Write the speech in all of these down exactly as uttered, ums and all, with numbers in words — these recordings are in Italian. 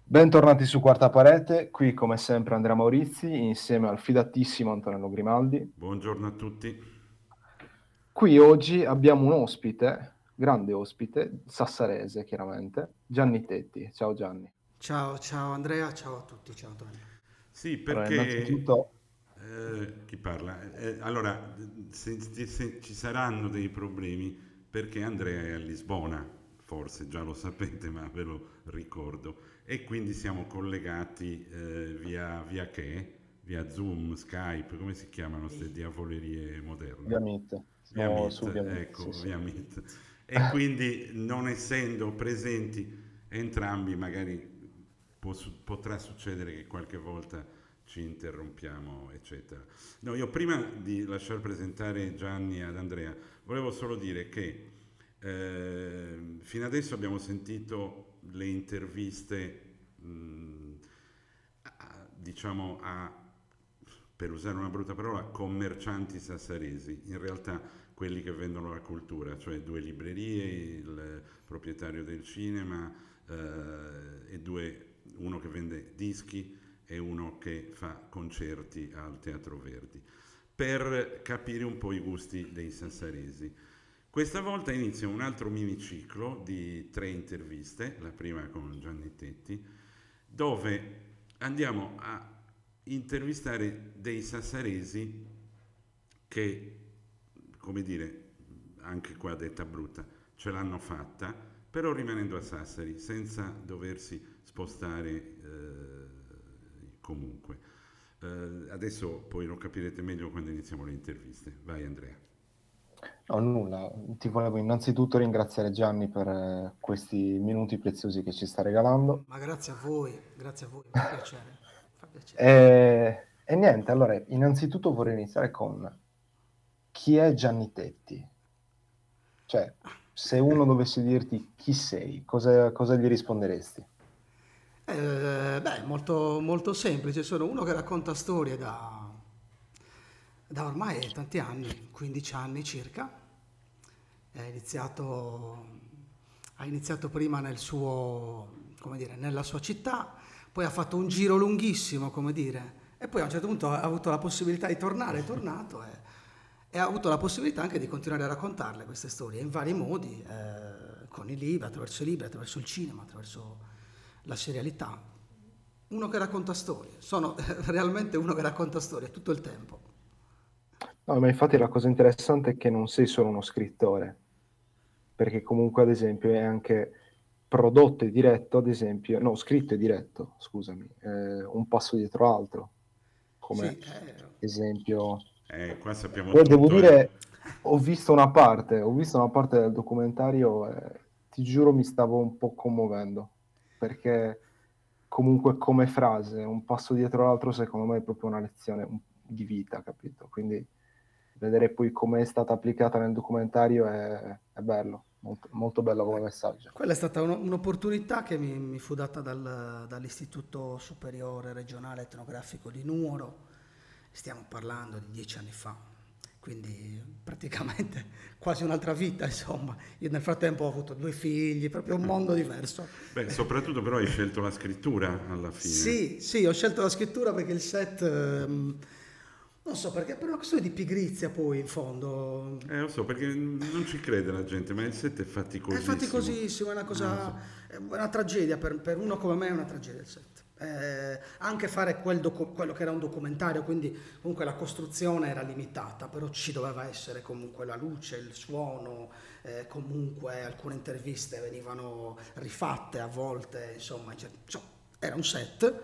Bentornati su Quarta Parete, qui come sempre Andrea Maurizi insieme al fidatissimo Antonello Grimaldi. Buongiorno a tutti. Qui oggi abbiamo un ospite, grande ospite, sassarese chiaramente, Gianni Tetti. Ciao Gianni. Ciao, ciao Andrea, ciao a tutti, ciao Antonio. Sì, Allora, perché innanzitutto, eh, chi parla? Eh, allora, se- se- se ci saranno dei problemi perché Andrea è a Lisbona, forse già lo sapete, ma ve lo ricordo, e quindi siamo collegati eh, via, via che? Via Zoom, Skype, come si chiamano queste diavolerie via moderne? Meet, Via siamo Meet, su via Meet, sì ecco, sì. via Meet. E quindi non essendo presenti entrambi, magari può su- potrà succedere che qualche volta ci interrompiamo, eccetera. No, io prima di lasciar presentare Gianni ad Andrea, volevo solo dire che eh, fino adesso abbiamo sentito le interviste, mh, a- diciamo, a, per usare una brutta parola, commercianti sassaresi, in realtà quelli che vendono la cultura, cioè due librerie, il proprietario del cinema eh, e due, uno che vende dischi e uno che fa concerti al Teatro Verdi, per capire un po' i gusti dei sassaresi. Questa volta inizia un altro miniciclo di tre interviste, la prima con Gianni Tetti, dove andiamo a intervistare dei sassaresi che, come dire, anche qua detta brutta, ce l'hanno fatta, però rimanendo a Sassari, senza doversi spostare eh, comunque. Eh, adesso poi lo capirete meglio quando iniziamo le interviste. Vai Andrea. No, nulla, ti volevo innanzitutto ringraziare Gianni per eh, questi minuti preziosi che ci sta regalando. Ma grazie a voi, grazie a voi, mi fa piacere, mi fa piacere. E, e niente, allora, innanzitutto vorrei iniziare con chi è Gianni Tetti? Cioè, se uno dovesse dirti chi sei, cosa, cosa gli risponderesti? Eh, beh, molto, molto semplice, sono uno che racconta storie da, da ormai tanti anni, quindici anni circa. È iniziato, ha iniziato prima nel suo, come dire, nella sua città, poi ha fatto un giro lunghissimo, come dire, e poi a un certo punto ha avuto la possibilità di tornare, è tornato e, e ha avuto la possibilità anche di continuare a raccontarle queste storie in vari modi, eh, con i libri, attraverso i libri, attraverso il cinema, attraverso la serialità. Uno che racconta storie, sono realmente uno che racconta storie tutto il tempo. No, ma infatti la cosa interessante è che non sei solo uno scrittore, perché comunque ad esempio è anche prodotto e diretto, ad esempio, no, scritto e diretto, scusami, eh, un passo dietro l'altro, come Sì, eh, esempio. Eh, qua sappiamo Poi devo tutto, eh. dire, ho visto una parte, ho visto una parte del documentario e ti giuro mi stavo un po' commuovendo, perché comunque come frase, un passo dietro l'altro secondo me è proprio una lezione un- di vita, capito? Quindi vedere poi come è stata applicata nel documentario è, è bello, molto, molto bello come messaggio. quella è stata uno- un'opportunità che mi, mi fu data dal- dall'Istituto Superiore Regionale Etnografico di Nuoro, stiamo parlando di dieci anni fa, quindi praticamente quasi un'altra vita, insomma. Io nel frattempo ho avuto due figli, proprio un mondo diverso. Beh, soprattutto però hai scelto la scrittura alla fine. Sì, sì, ho scelto la scrittura perché il set, ehm, non so perché, per una questione di pigrizia poi in fondo. Eh, lo so, perché non ci crede la gente, ma il set è È faticosissimo. faticosissimo, è una Eh, lo cosa, so. è una tragedia, per, per uno come me è una tragedia il set. Eh, anche fare quel docu- quello che era un documentario, quindi comunque la costruzione era limitata, però ci doveva essere comunque la luce, il suono, eh, comunque alcune interviste venivano rifatte a volte, insomma, cioè, insomma, era un set.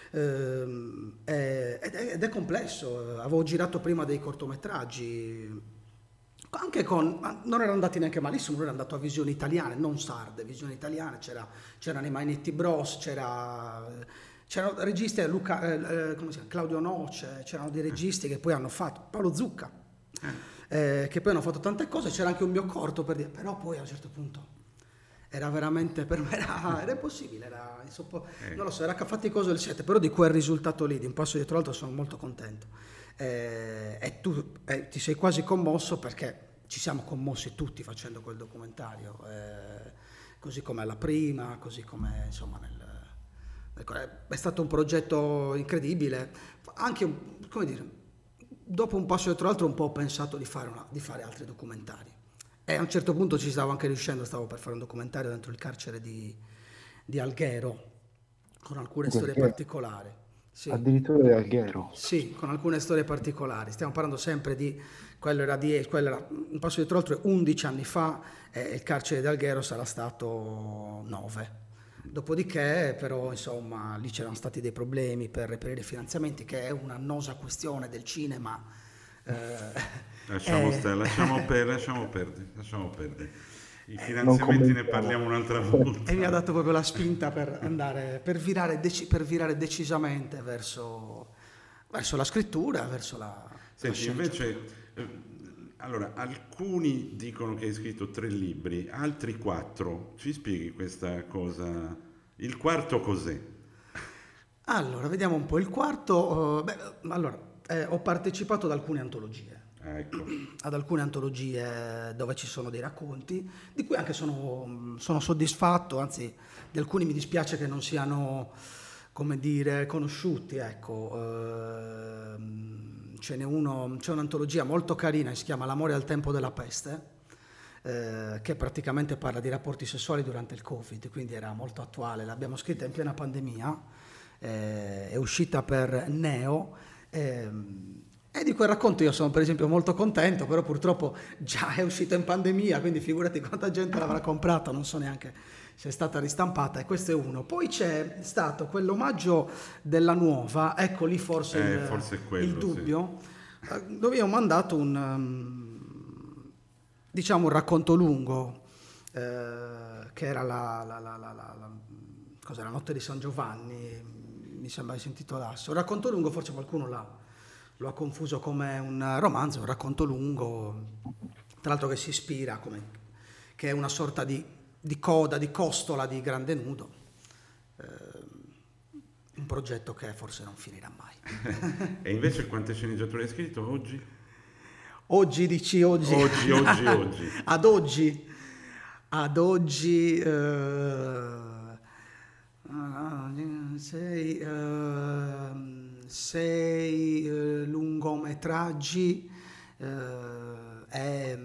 ehm, eh, ed, è, ed è complesso, avevo girato prima dei cortometraggi anche con, ma non erano andati neanche malissimo, lui era andato a visioni italiane, non sarde, visioni italiane, c'era, c'erano i Mainetti Bros, c'era, c'erano registi, eh, Luca, eh, eh, come si chiama, Claudio Noce, c'erano dei registi che poi hanno fatto, Paolo Zucca, eh, che poi hanno fatto tante cose, c'era anche un mio corto per dire, però poi a un certo punto era veramente, per me era, era impossibile, era, insoppo- Eh, non lo so, era faticoso il set, però di quel risultato lì, di un passo dietro l'altro, sono molto contento. Eh, e tu eh, ti sei quasi commosso perché ci siamo commossi tutti facendo quel documentario, eh, così come alla prima, così come insomma nel, nel è stato un progetto incredibile, anche, come dire, dopo un passo dietro l'altro un po' ho pensato di fare, una, di fare altri documentari. E a un certo punto ci stavo anche riuscendo, stavo per fare un documentario dentro il carcere di, di Alghero, con alcune Di storie Alghero? particolari. Sì. Addirittura di Alghero. Sì, con alcune storie particolari. Stiamo parlando sempre di, quello era di, quello era un passo dietro l'altro, undici anni fa, e il carcere di Alghero sarà stato nove. Dopodiché, però, insomma, lì c'erano stati dei problemi per reperire finanziamenti, che è un'annosa questione del cinema. Eh, Lasciamo, eh, stare, lasciamo, per, lasciamo perdere, lasciamo perdere. I Non finanziamenti ne commentiamo. parliamo un'altra volta. E mi ha dato proprio la spinta per andare, per virare, deci- per virare decisamente verso, verso la scrittura, verso la, la Senti, sceneggiatura. invece, eh, allora, alcuni dicono che hai scritto tre libri, altri quattro. Ci spieghi questa cosa? Il quarto cos'è? Allora, vediamo un po' il quarto. eh, beh, allora, eh, ho partecipato ad alcune antologie, Ah, ecco, ad alcune antologie dove ci sono dei racconti, di cui anche sono, sono soddisfatto, anzi, di alcuni mi dispiace che non siano, come dire, conosciuti, ecco. Ehm, ce n'è uno, c'è un'antologia molto carina, che si chiama L'amore al tempo della peste, eh, che praticamente parla di rapporti sessuali durante il Covid, quindi era molto attuale, l'abbiamo scritta in piena pandemia, eh, è uscita per Neo, ehm, e di quel racconto io sono per esempio molto contento, però purtroppo già è uscito in pandemia, quindi figurati quanta gente l'avrà comprata, non so neanche se è stata ristampata, e questo è uno. Poi c'è stato quell'omaggio della Nuova, ecco lì forse Eh, il, forse è il quello, sì. dubbio, eh, dove io ho mandato un, um, diciamo un racconto lungo, eh, che era la, la, la, la, la, la, cos'era, la notte di San Giovanni, mi sembra che si intitolasse. Un racconto lungo, forse qualcuno l'ha lo ha confuso come un romanzo, un racconto lungo, tra l'altro che si ispira, come, che è una sorta di, di coda, di costola di Grande Nudo, eh, un progetto che forse non finirà mai. E invece quante sceneggiature hai scritto oggi? Oggi dici oggi? Oggi, oggi, oggi. Ad oggi, ad oggi, eh, sei, eh, sei eh, lungometraggi eh, e,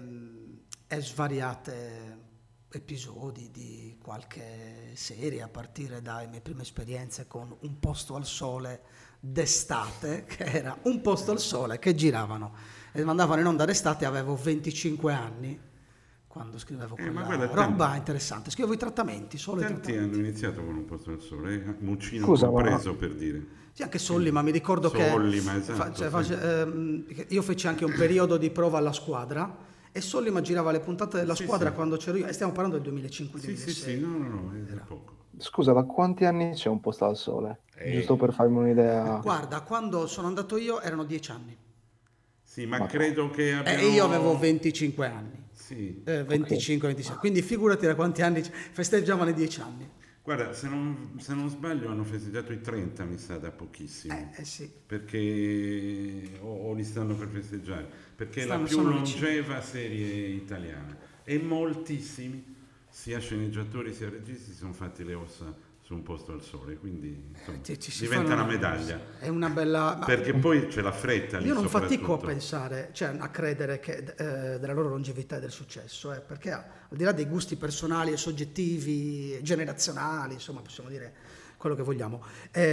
e svariate episodi di qualche serie, a partire dalle mie prime esperienze con Un posto al sole d'estate, che era Un posto al sole, che giravano e mandavano in onda d'estate. Avevo venticinque anni quando scrivevo Eh, ma quella guarda, roba tanti, interessante. Scrivevo i trattamenti, solo i tanti trattamenti. hanno iniziato con Un posto al sole, eh? Muccino Scusa, ma compreso, per dire. Sì, anche Solli, ma mi ricordo Solli, che ma esatto, fa- cioè, sì. face- ehm, che io feci anche un periodo di prova alla squadra, e Solli ma girava le puntate della Sì, squadra sì. quando c'ero io, e stiamo parlando del Sì, sì, duemilacinque-duemilasei. sì, no, no, no, è da poco. scusa, da quanti anni c'è Un posto al sole? Eh. Giusto per farmi un'idea. Guarda, quando sono andato io erano dieci anni, Sì, ma Ma- credo che abbiamo... e io avevo venticinque anni, Sì. eh, venticinque ventisei, quindi figurati da quanti anni c- festeggiavano i dieci anni. Guarda, se non, se non sbaglio hanno festeggiato i trenta, mi sa, da pochissimo. Eh, eh sì, Perché... o, o li stanno per festeggiare. Perché è la stanno, più sono vicini. longeva serie italiana. E moltissimi, sia sceneggiatori sia registi, si sono fatti le ossa su Un posto al sole. Quindi, insomma, Ci- ci si diventa fanno- una medaglia. È una bella... ma- Perché poi c'è la fretta lì Io non fatico a soprattutto. pensare, cioè a credere che, eh, della loro longevità e del successo, eh, perché al di là dei gusti personali e soggettivi, generazionali, insomma possiamo dire quello che vogliamo,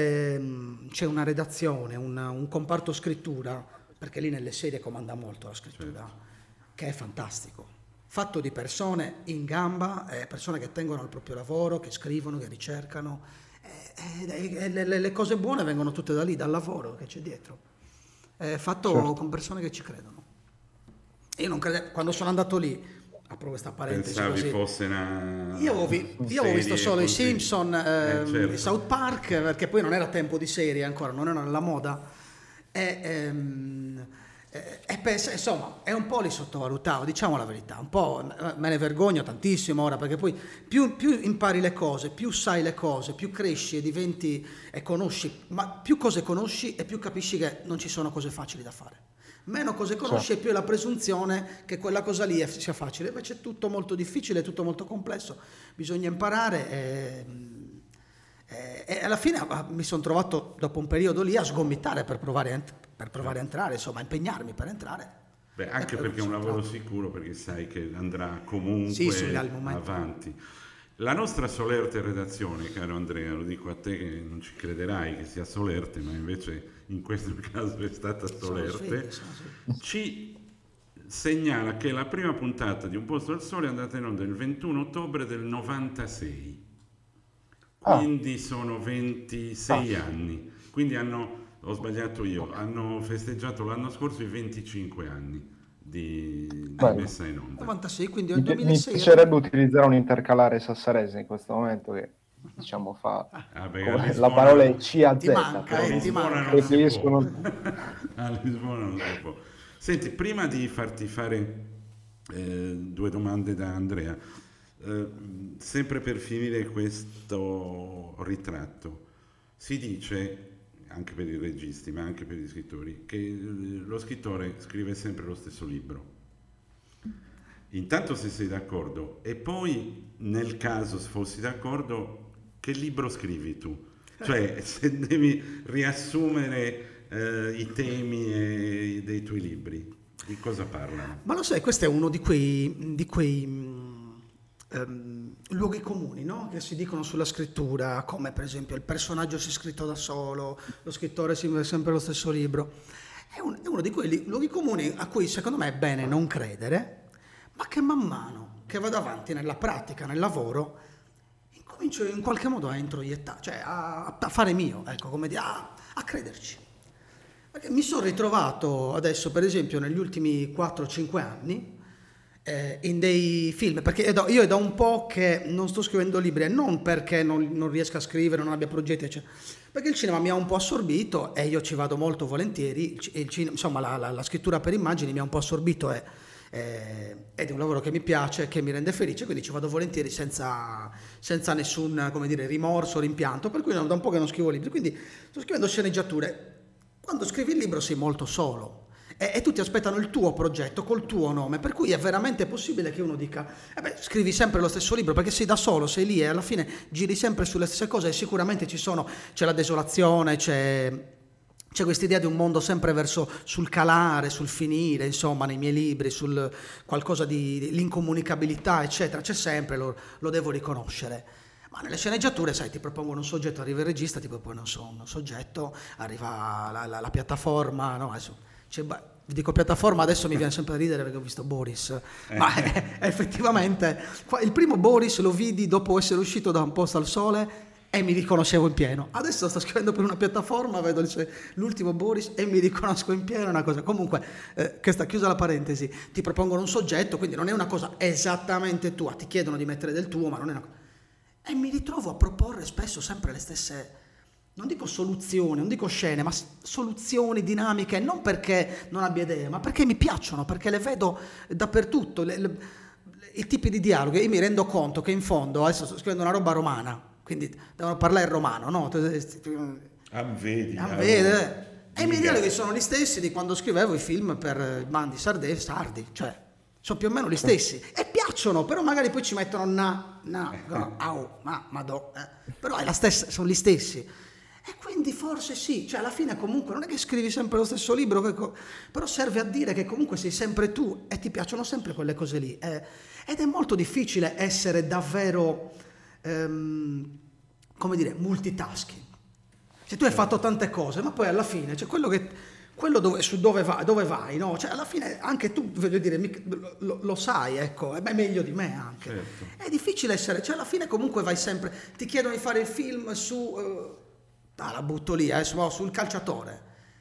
ehm, c'è una redazione, un, un comparto scrittura, perché lì nelle serie comanda molto la scrittura, Certo. che è fantastico. Fatto di persone in gamba, eh, persone che tengono al proprio lavoro, che scrivono, che ricercano, eh, eh, eh, le, le- le cose buone vengono tutte da lì, dal lavoro che c'è dietro. È fatto Certo. con persone che ci credono. Io non credevo, quando sono andato lì, apro questa parentesi Pensavi così, fosse una... io avevo, vi- io avevo visto serie solo i così. Simpson, Eh, ehm, certo. i South Park, perché poi non era tempo di serie ancora, non erano nella moda, e, ehm, e- e penso, insomma, è un po' li sottovalutavo, diciamo la verità, un po' eh, me ne vergogno tantissimo ora, perché poi più, più impari le cose, più sai le cose, più cresci e diventi e conosci, ma più cose conosci e più capisci che non ci sono cose facili da fare. Meno cose conosci e più è la presunzione che quella cosa lì è- sia facile, invece è tutto molto difficile, è tutto molto complesso, bisogna imparare e, Eh, e alla fine ah, mi sono trovato dopo un periodo lì a sgomitare per provare a, ent- per provare a entrare, insomma, a impegnarmi per entrare. Beh, anche E poi perché è un sono lavoro entrato. sicuro, perché sai che andrà Sì, sì, comunque al momento. avanti. La nostra solerte redazione, caro Andrea, lo dico a te che non ci crederai che sia solerte, ma invece in questo caso è stata Sono solerte, svegli, sono svegli. ci segnala che la prima puntata di Un posto al sole è andata in onda il ventuno ottobre del novantasei, Ah, quindi sono ah, ventisei anni, quindi hanno, ho sbagliato io, ok, hanno festeggiato l'anno scorso i venticinque anni di, di bello. messa in onda. novantasei, quindi nel Mi, pi- mi duemilasei ero. piacerebbe utilizzare un intercalare sassarese in questo momento che diciamo fa Ah beh, a come la parola è Lisbona, C A Ti Z, manca, a però eh, non ti Lisbona non manca. si può. preferiscono. A Lisbona non si può. Senti, prima di farti fare eh, due domande da Andrea, eh, sempre per finire questo ritratto, si dice, anche per i registi, ma anche per gli scrittori, che eh, lo scrittore scrive sempre lo stesso libro. Intanto se sei d'accordo, e poi nel caso se fossi d'accordo, che libro scrivi tu? Cioè, se devi riassumere eh, i temi e- dei tuoi libri, di cosa parlano? Ma lo sai, questo è uno di quei, di quei mh, ehm, luoghi comuni, no? Che si dicono sulla scrittura, come per esempio il personaggio si è scritto da solo, lo scrittore si scrive sempre lo stesso libro. È, un- è uno di quei li- luoghi comuni a cui secondo me è bene non credere, ma che man mano che vado avanti nella pratica, nel lavoro, incomincio in qualche modo a introiettare, cioè a, a fare mio, ecco, come dire, a, a crederci. Perché mi sono ritrovato adesso, per esempio, negli ultimi quattro cinque anni eh, in dei film, perché è da- io è da un po' che non sto scrivendo libri, e non perché non, non riesco a scrivere, non abbia progetti, eccetera, perché il cinema mi ha un po' assorbito e io ci vado molto volentieri, il, ci- il cinema, insomma la, la- la scrittura per immagini mi ha un po' assorbito e, eh, ed è un lavoro che mi piace, che mi rende felice, quindi ci vado volentieri senza, senza nessun, come dire, rimorso, rimpianto, per cui da un po' che non scrivo libri, quindi sto scrivendo sceneggiature. Quando scrivi il libro sei molto solo e, e tutti aspettano il tuo progetto col tuo nome, per cui è veramente possibile che uno dica, eh beh, scrivi sempre lo stesso libro perché sei da solo, sei lì e alla fine giri sempre sulle stesse cose e sicuramente ci sono, c'è la desolazione, c'è, c'è questa idea di un mondo sempre verso sul calare, sul finire, insomma, nei miei libri, sul qualcosa di, di l'incomunicabilità, eccetera, c'è sempre, lo, lo devo riconoscere. Ma nelle sceneggiature, sai, ti propongono un soggetto, arriva il regista, ti propone un, so- un soggetto, arriva la, la- la piattaforma, no, adesso, c'è ba- vi dico piattaforma, adesso mi viene sempre a ridere perché ho visto Boris, ma eh, effettivamente qua- il primo Boris lo vidi dopo essere uscito da Un posto al sole e mi riconoscevo in pieno. Adesso sto scrivendo per una piattaforma, vedo il- l'ultimo Boris e mi riconosco in pieno, è una cosa. Comunque, eh, questa chiusa la parentesi, ti propongono un soggetto, quindi non è una cosa esattamente tua, ti chiedono di mettere del tuo, ma non è una cosa. E mi ritrovo a proporre spesso sempre le stesse, non dico soluzioni, non dico scene, ma s- soluzioni dinamiche, non perché non abbia idee, ma perché mi piacciono, perché le vedo dappertutto, le- le- i tipi di dialoghi. Io mi rendo conto che in fondo, adesso sto scrivendo una roba romana, quindi devono parlare il romano, no? Ah, vedi, Ah, ah, vede? E i miei dica. dialoghi sono gli stessi di quando scrivevo i film per bandi sardi, sardi, cioè sono più o meno gli stessi e piacciono, però magari poi ci mettono na, na, go, au, ma, madò, eh. Però è la stessa, sono gli stessi. E quindi forse sì, cioè alla fine comunque non è che scrivi sempre lo stesso libro, che co- però serve a dire che comunque sei sempre tu e ti piacciono sempre quelle cose lì. eh. Ed è molto difficile essere davvero, ehm, come dire, multitasking. Cioè tu hai fatto tante cose, ma poi alla fine, cioè quello che, quello dove, su dove vai, dove vai, no? Cioè alla fine anche tu, voglio dire, mica- lo, lo sai, ecco, è meglio di me anche. Certo. È difficile essere, cioè alla fine comunque vai sempre, ti chiedono di fare il film su, eh, ah, la butto lì, eh, su- sul calciatore.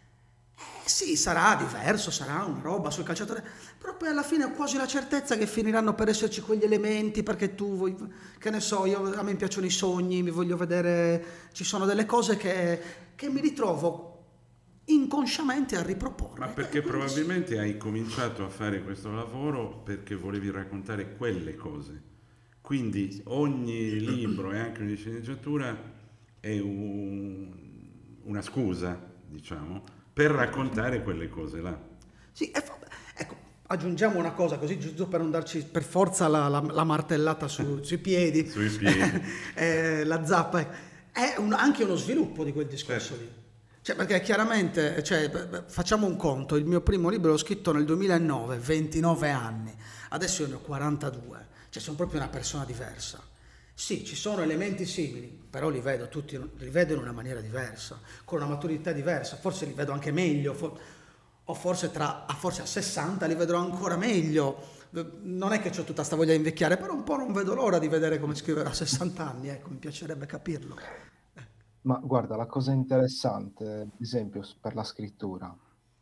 Eh sì, sarà diverso, sarà una roba sul calciatore, però poi alla fine ho quasi la certezza che finiranno per esserci quegli elementi perché tu vuoi, che ne so, io, a me piacciono i sogni, mi voglio vedere, ci sono delle cose che, che mi ritrovo inconsciamente a riproporre. Ma E perché quindi sì. probabilmente hai cominciato a fare questo lavoro perché volevi raccontare quelle cose. Quindi ogni libro e anche ogni sceneggiatura è un- una scusa, diciamo, per raccontare quelle cose là. Sì, e fa- ecco, aggiungiamo una cosa così, giusto per non darci per forza la, la- la martellata su- sui piedi, Sui piedi. eh, la zappa. eh. è un- anche uno sviluppo di quel discorso Certo. lì. Cioè, perché chiaramente, cioè, beh, beh, facciamo un conto, il mio primo libro l'ho scritto nel duemilanove, ventinove anni, adesso io ne ho quarantadue, cioè sono proprio una persona diversa. Sì, ci sono elementi simili, però li vedo tutti, li vedo in una maniera diversa, con una maturità diversa, forse li vedo anche meglio, for- o forse, tra, a forse a sessanta li vedrò ancora meglio. Non è che ho tutta sta voglia di invecchiare, però un po' non vedo l'ora di vedere come scriverò a sessanta anni, ecco, mi piacerebbe capirlo. Ma guarda, la cosa interessante, ad esempio, s- per la scrittura,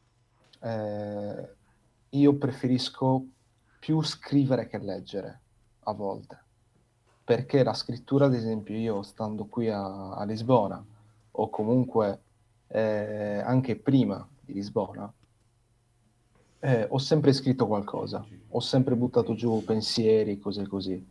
eh, io preferisco più scrivere che leggere a volte, perché la scrittura, ad esempio, io stando qui a, a Lisbona, o comunque eh, anche prima di Lisbona, eh, ho sempre scritto qualcosa, ho sempre buttato giù pensieri, cose così.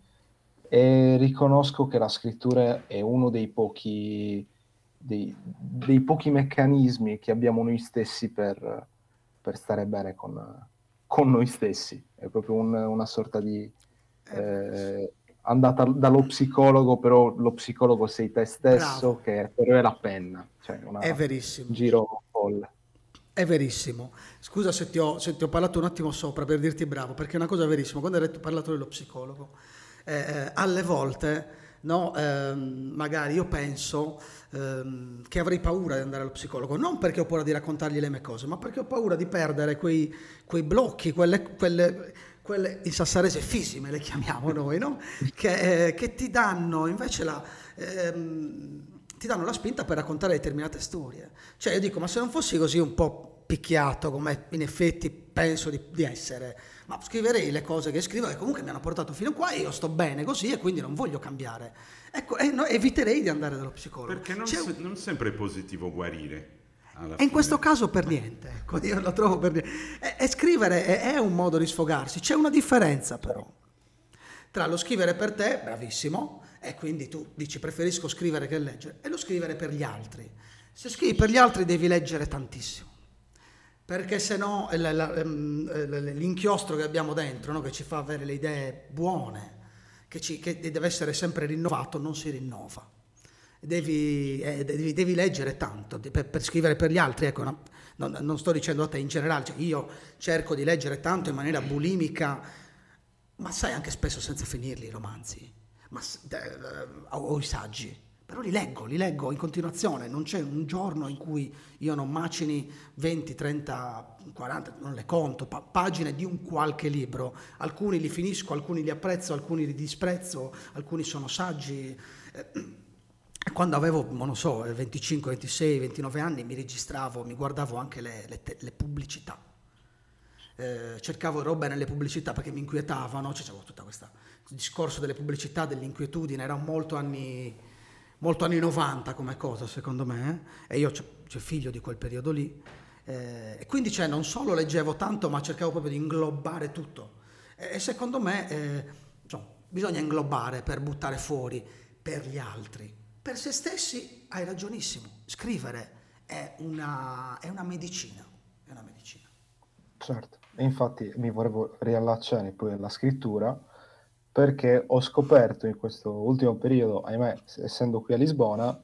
E riconosco che la scrittura è uno dei pochi, dei, dei pochi meccanismi che abbiamo noi stessi per, per stare bene con, con noi stessi. È proprio un- una sorta di È verissimo. eh, andata dallo psicologo, però lo psicologo sei te stesso, Bravo, che però è la penna, cioè una- è un verissimo. giro folle. È verissimo. Scusa se ti ho, se ti ho parlato un attimo sopra per dirti bravo, perché è una cosa verissima. Quando hai detto- parlato dello psicologo, eh, eh, alle volte, no, ehm, magari io penso ehm, che avrei paura di andare allo psicologo, non perché ho paura di raccontargli le mie cose, ma perché ho paura di perdere quei, quei blocchi, quelle, quelle, quelle in sassarese fisime, le chiamiamo noi, no? Che, eh, che ti danno invece la... ehm, ti danno la spinta per raccontare determinate storie. Cioè io dico, ma se non fossi così un po' picchiato come in effetti penso di, di essere, ma scriverei le cose che scrivo che comunque mi hanno portato fino a qua e io sto bene così e quindi non voglio cambiare. Ecco, e no, eviterei di andare dallo psicologo. Perché non, C'è se- un- non sempre è positivo guarire, alla e in questo fine. caso per niente, ecco, io lo trovo per niente. E, e scrivere è, è un modo di sfogarsi, c'è una differenza però tra lo scrivere per te, bravissimo, e quindi tu dici preferisco scrivere che leggere, e lo scrivere per gli altri. Se scrivi per gli altri devi leggere tantissimo, perché se no eh, la- la- ehm, eh, l'inchiostro che abbiamo dentro, no, che ci fa avere le idee buone, che, ci- che deve essere sempre rinnovato, non si rinnova. Devi, eh, devi- devi leggere tanto di- per, per scrivere per gli altri, ecco, no? Non, non sto dicendo a te in generale, cioè io cerco di leggere tanto in maniera bulimica, ma sai anche spesso senza finirli i romanzi, ma, s- eh, o, o i saggi, però li leggo, li leggo in continuazione, non c'è un giorno in cui io non macini venti, trenta, quaranta, non le conto, pa- pagine di un qualche libro, alcuni li finisco, alcuni li apprezzo, alcuni li disprezzo, alcuni sono saggi. Eh, Quando avevo, non lo so, venticinque, ventisei, ventinove anni mi registravo, mi guardavo anche le, le te- le pubblicità, eh, cercavo roba nelle pubblicità perché mi inquietavano, c'avevo tutto questo discorso delle pubblicità, dell'inquietudine, era molto anni, molto anni novanta come cosa secondo me, eh? E io c'ho, c'ho figlio di quel periodo lì, eh, e quindi cioè, non solo leggevo tanto ma cercavo proprio di inglobare tutto, e, e secondo me eh, insomma, bisogna inglobare per buttare fuori per gli altri, per se stessi hai ragionissimo, scrivere è una, è una medicina, è una medicina. Certo, e infatti mi volevo riallacciare poi alla scrittura perché ho scoperto in questo ultimo periodo, ahimè, s- essendo qui a Lisbona,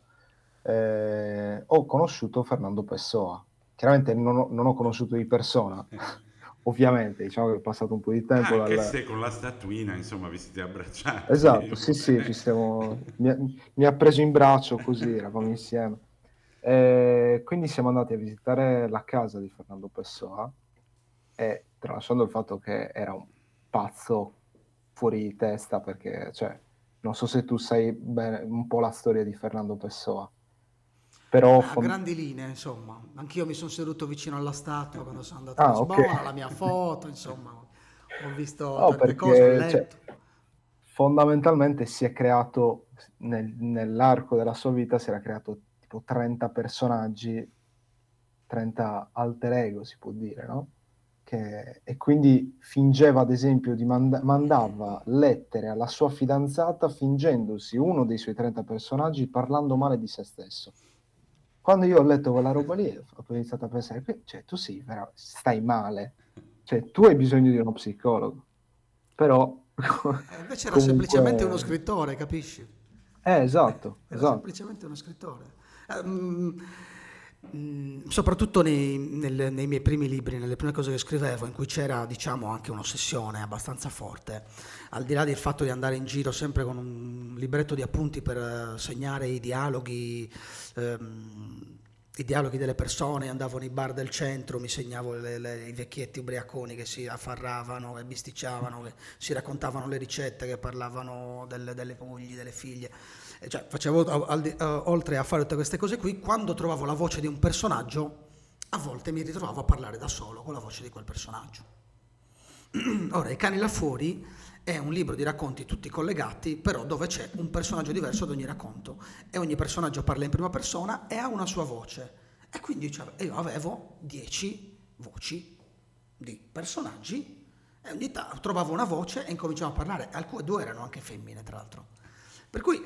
eh, ho conosciuto Fernando Pessoa. Chiaramente non ho, non ho conosciuto di persona, ovviamente, diciamo che è passato un po' di tempo Anche dal... se con la statuina, insomma, vi siete Esatto, abbracciati. sì, sì, ci stiamo... mi ha, mi ha preso in braccio così, eravamo insieme. Eh, quindi siamo andati a visitare la casa di Fernando Pessoa e tralasciando il fatto che era un pazzo fuori di testa, perché, cioè, non so se tu sai bene un po' la storia di Fernando Pessoa, però... Beh, a fon- grandi linee, insomma, anch'io mi sono seduto vicino alla statua quando sono andato a Ah, ok. Lisbona, la mia foto, insomma, ho visto No, tante cose, ho perché, cioè, letto. fondamentalmente si è creato, nel- nell'arco della sua vita, si era creato tipo trenta personaggi, trenta alter ego, si può dire, no? Che- e quindi fingeva, ad esempio, di manda- mandava lettere alla sua fidanzata fingendosi uno dei suoi trenta personaggi parlando male di se stesso. Quando io ho letto quella roba lì, ho iniziato a pensare, "Que- cioè, tu sì, però stai male, cioè, tu hai bisogno di uno psicologo, però E invece era semplicemente uno comunque, scrittore, capisci? Eh, esatto, Era esatto. semplicemente uno scrittore. Eh, mm, mm, soprattutto nei, nel- nei miei primi libri, nelle prime cose che scrivevo, in cui c'era, diciamo, anche un'ossessione abbastanza forte, al di là del fatto di andare in giro sempre con un libretto di appunti per eh, segnare i dialoghi, ehm, i dialoghi delle persone, andavo nei bar del centro, mi segnavo le- le- i vecchietti ubriaconi che si affarravano, che bisticciavano, che si raccontavano le ricette, che parlavano delle, delle mogli, delle figlie. E cioè, facevo, al di- eh, oltre a fare tutte queste cose qui, quando trovavo la voce di un personaggio, a volte mi ritrovavo a parlare da solo con la voce di quel personaggio. Ora, I cani là fuori è un libro di racconti tutti collegati, però dove c'è un personaggio diverso ad ogni racconto e ogni personaggio parla in prima persona e ha una sua voce. E quindi cioè, io avevo dieci voci di personaggi e ogni tanto trovavo una voce e incominciavo a parlare. Alcune due erano anche femmine, tra l'altro. Per cui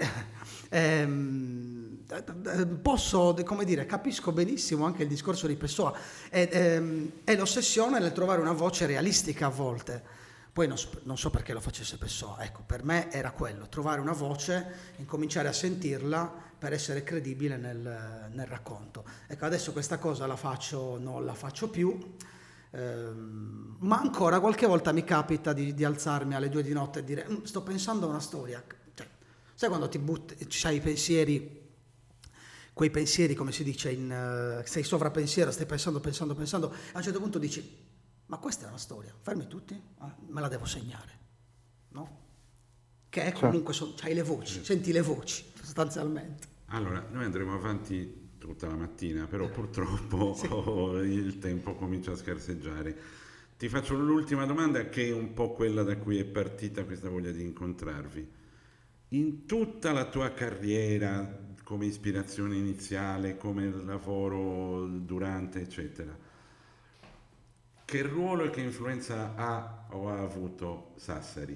ehm, posso, come dire, capisco benissimo anche il discorso di Pessoa. È, ehm, è l'ossessione nel trovare una voce realistica a volte. Poi non so, non so perché lo facesse Pessoa. Ecco, per me era quello, trovare una voce, incominciare a sentirla per essere credibile nel, nel racconto. Ecco, adesso questa cosa la faccio, non la faccio più. Ehm, ma ancora qualche volta mi capita di, di alzarmi alle due di notte e dire "Mm, sto pensando a una storia". Cioè, sai quando ti butti, c'hai i pensieri, quei pensieri, come si dice, in, eh, sei sovrapensiero, stai pensando, pensando, pensando, e a un certo punto dici, ma questa è una storia, fermi tutti, ah, me la devo segnare, no? Che è Cioè, comunque, so, c'hai le voci, senti le voci, sostanzialmente. Allora, noi andremo avanti tutta la mattina, però purtroppo Sì. il tempo comincia a scarseggiare. Ti faccio l'ultima domanda che è un po' quella da cui è partita questa voglia di incontrarvi. In tutta la tua carriera, come ispirazione iniziale, come lavoro durante, eccetera, che ruolo e che influenza ha o ha avuto Sassari?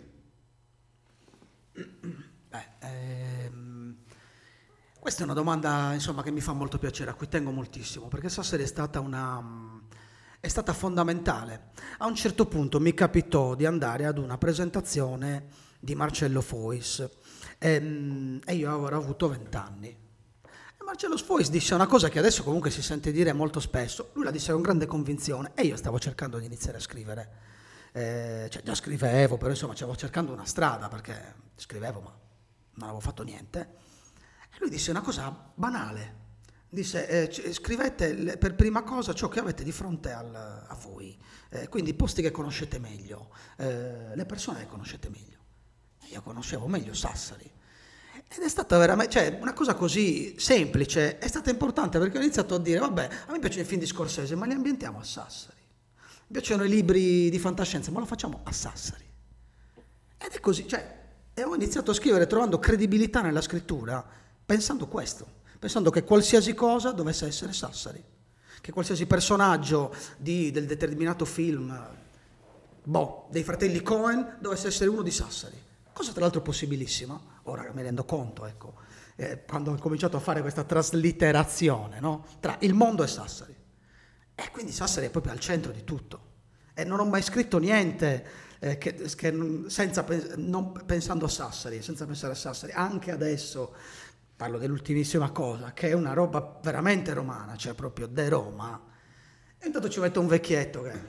Beh, ehm, questa è una domanda, insomma, che mi fa molto piacere, a cui tengo moltissimo, perché Sassari è stata una, mm, è stata fondamentale. A un certo punto mi capitò di andare ad una presentazione di Marcello Fois ehm, e io avevo avuto venti anni. E Marcello Fois disse una cosa che adesso comunque si sente dire molto spesso, lui la disse con grande convinzione e io stavo cercando di iniziare a scrivere. Eh, cioè già scrivevo, però insomma stavo cercando una strada perché scrivevo ma non avevo fatto niente. E lui disse una cosa banale. Disse, eh, c- scrivete le- per prima cosa ciò che avete di fronte al- a voi, eh, quindi i posti che conoscete meglio, eh, le persone che conoscete meglio. E io conoscevo meglio Sassari. Ed è stata veramente, cioè, una cosa così semplice, è stata importante perché ho iniziato a dire, vabbè, a me piacciono i film di Scorsese, ma li ambientiamo a Sassari. Mi piacciono i libri di fantascienza, ma lo facciamo a Sassari. Ed è così, cioè, e ho iniziato a scrivere trovando credibilità nella scrittura, pensando questo, pensando che qualsiasi cosa dovesse essere Sassari, che qualsiasi personaggio di- del determinato film, boh, dei fratelli Cohen, dovesse essere uno di Sassari. Cosa tra l'altro possibilissima, ora mi rendo conto, ecco, eh, quando ho cominciato a fare questa traslitterazione, no? Tra il mondo e Sassari. E quindi Sassari è proprio al centro di tutto. E non ho mai scritto niente eh, che, che non- senza, pe- non pensando a Sassari, senza pensare a Sassari. Anche adesso parlo dell'ultimissima cosa, che è una roba veramente romana, cioè proprio de Roma. E intanto ci metto un vecchietto che,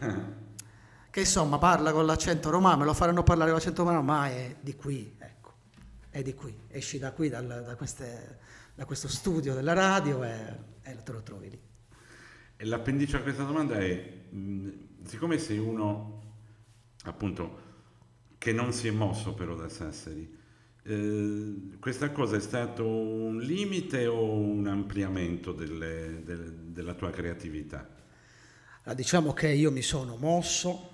che insomma parla con l'accento romano, me lo faranno parlare con l'accento romano, ma è di qui, ecco, è di qui. Esci da qui, dal- da, queste- da questo studio della radio e, e te lo trovi lì. E l'appendice a questa domanda è, mh, siccome sei uno appunto che non si è mosso però da Sassari, eh, questa cosa è stato un limite o un ampliamento delle- del- della tua creatività? Allora, diciamo che io mi sono mosso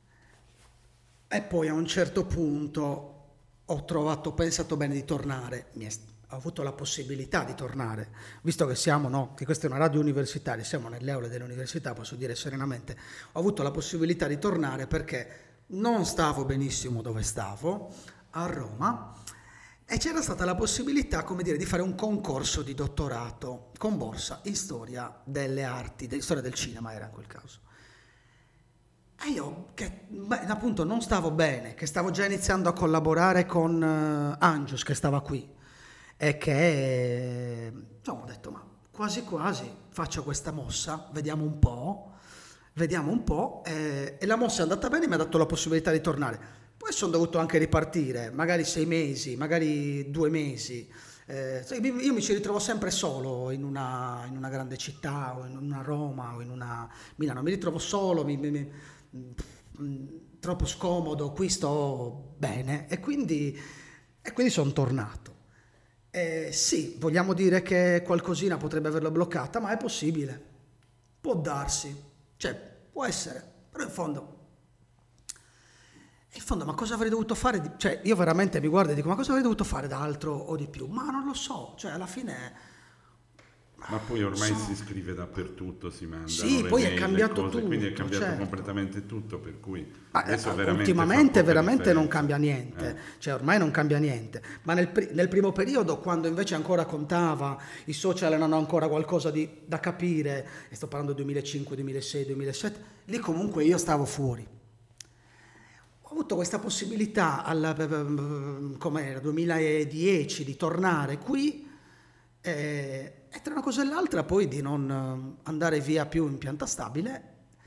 e poi a un certo punto ho trovato, ho pensato bene di tornare, mi è- ho avuto la possibilità di tornare, visto che siamo, no, che questa è una radio universitaria, siamo nelle aule dell'università, posso dire serenamente, ho avuto la possibilità di tornare perché non stavo benissimo dove stavo, a Roma, e c'era stata la possibilità, come dire, di fare un concorso di dottorato con borsa in storia delle arti, di storia del cinema era in quel caso. E io, che beh, appunto non stavo bene, che stavo già iniziando a collaborare con eh, Angius, che stava qui. è che insomma, ho detto, ma quasi quasi faccio questa mossa, vediamo un po', vediamo un po', eh, e la mossa è andata bene, mi ha dato la possibilità di tornare. Poi sono dovuto anche ripartire, magari sei mesi, magari due mesi. Eh, sai, io io mi ci ritrovo sempre solo in una, in una grande città, o in una Roma, o in una Milano. Mi ritrovo solo, mi, mi- mi- mm, troppo scomodo, qui sto bene e quindi, e quindi sono tornato. Eh, sì, vogliamo dire che qualcosina potrebbe averlo bloccata, ma è possibile. Può darsi, cioè può essere, però in fondo, in fondo, ma cosa avrei dovuto fare? di- Cioè, io veramente mi guardo e dico, ma cosa avrei dovuto fare d'altro o di più? Ma non lo so, cioè alla fine Ma poi ormai si sono... scrive dappertutto, si mandano Sì, le poi è mail, le cambiato cose, quindi è tutto, cambiato certo. completamente tutto, per cui Ma adesso eh, veramente fa ultimamente poca veramente non differenza. cambia Eh. niente, cioè ormai non cambia niente, ma nel, pri- nel primo periodo, quando invece ancora contava, i social erano ancora qualcosa di- da capire, e sto parlando duemilacinque, duemilasei, duemilasette, lì comunque io stavo fuori. Ho avuto questa possibilità al com'era, duemiladieci di tornare qui, eh, e tra una cosa e l'altra poi di non eh, andare via più in pianta stabile,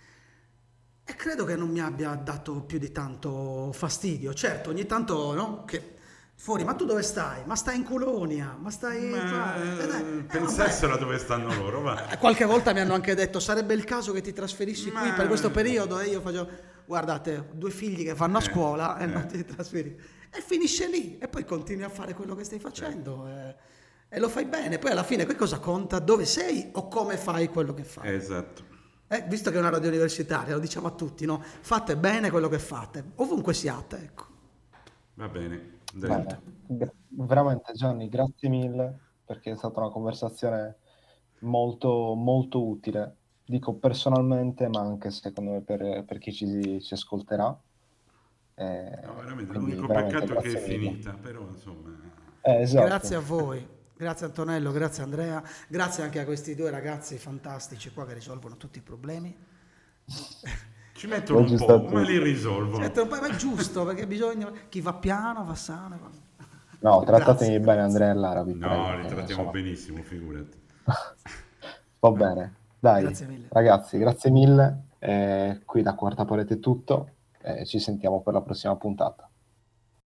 e credo che non mi abbia dato più di tanto fastidio. Certo, ogni tanto, no? Che fuori, ma tu dove stai? Ma stai in colonia? Ma stai qua? Eh, dai, Ma eh, eh, vabbè. pensassero a dove stanno loro, va. Eh, Qualche volta mi hanno anche detto, sarebbe il caso che ti trasferissi Ma qui per questo periodo? E io faccio, guardate, ho due figli che vanno a eh, scuola e non eh, ti trasferisci. E finisce lì. E poi continui a fare quello che stai certo. facendo. eh, e lo fai bene. Poi alla fine, che cosa conta? Dove sei o come fai quello che fai? Esatto. Eh, visto che è una radio universitaria, lo diciamo a tutti, no? Fate bene quello che fate, ovunque siate, ecco. Va bene, Punto. detto. Bene, gra- veramente Gianni, grazie mille perché è stata una conversazione molto, molto utile, dico personalmente, ma anche secondo me per, per chi ci, ci ascolterà. No, Eh, veramente, quindi l'unico veramente peccato è che è grazie mille. finita, però insomma, Eh, Grazie esatto. a voi, grazie Antonello, grazie Andrea, grazie anche a questi due ragazzi fantastici qua che risolvono tutti i problemi. ci mettono Poi un ci sta po', ma li tutto. risolvono. Certo, poi ma è giusto perché bisogna, chi va piano va sano. va- No, Grazie, trattatemi bene grazie. Andrea e Lara, vi No, prego, li che trattiamo insomma. benissimo, figurati. Va Va- bene, dai, Grazie mille. ragazzi, grazie mille. Eh, qui da Quarta Parete è tutto. Eh, ci sentiamo per la prossima puntata.